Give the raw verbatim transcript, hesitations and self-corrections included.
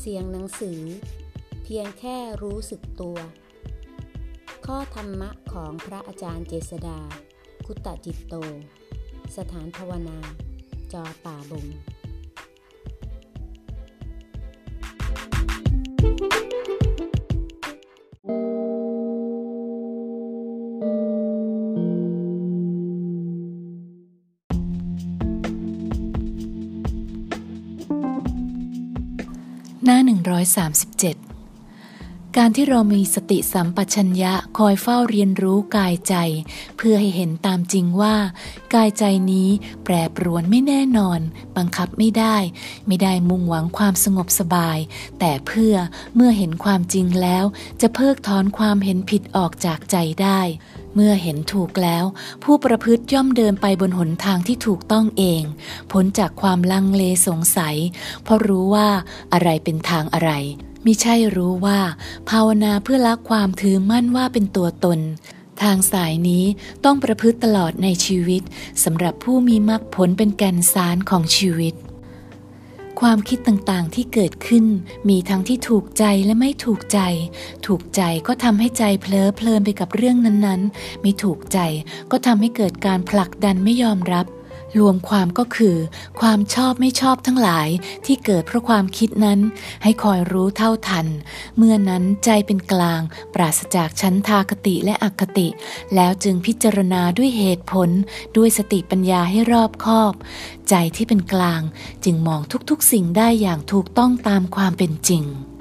สียงหนังสือเพียงแค่รู้สึกตัวข้อธรรมะของพระอาจารย์เจษฎาคุตจิตโตสถานภาวนาจอป่าบงหน้าหนึ่งร้อยสามสิบเจ็ดการที่เรามีสติสัมปชัญญะคอยเฝ้าเรียนรู้กายใจเพื่อให้เห็นตามจริงว่ากายใจนี้แปรปรวนไม่แน่นอนบังคับไม่ได้ไม่ได้มุ่งหวังความสงบสบายแต่เพื่อเมื่อเห็นความจริงแล้วจะเพิกถอนความเห็นผิดออกจากใจได้เมื่อเห็นถูกแล้วผู้ประพฤติย่อมเดินไปบนหนทางที่ถูกต้องเองพ้นจากความลังเลสงสัยเพราะรู้ว่าอะไรเป็นทางอะไรมิใช่รู้ว่าภาวนาเพื่อละความถือมั่นว่าเป็นตัวตนทางสายนี้ต้องประพฤติตลอดในชีวิตสำหรับผู้มีมรรคผลเป็นแก่นสารของชีวิตความคิดต่างๆที่เกิดขึ้นมีทั้งที่ถูกใจและไม่ถูกใจถูกใจก็ทำให้ใจเพลิดเพลินไปกับเรื่องนั้นๆไม่ถูกใจก็ทำให้เกิดการผลักดันไม่ยอมรับรวมความก็คือความชอบไม่ชอบทั้งหลายที่เกิดเพราะความคิดนั้นให้คอยรู้เท่าทันเมื่อนั้นใจเป็นกลางปราศจากฉันทาคติและอคติแล้วจึงพิจารณาด้วยเหตุผลด้วยสติปัญญาให้รอบคอบใจที่เป็นกลางจึงมองทุกๆสิ่งได้อย่างถูกต้องตามความเป็นจริง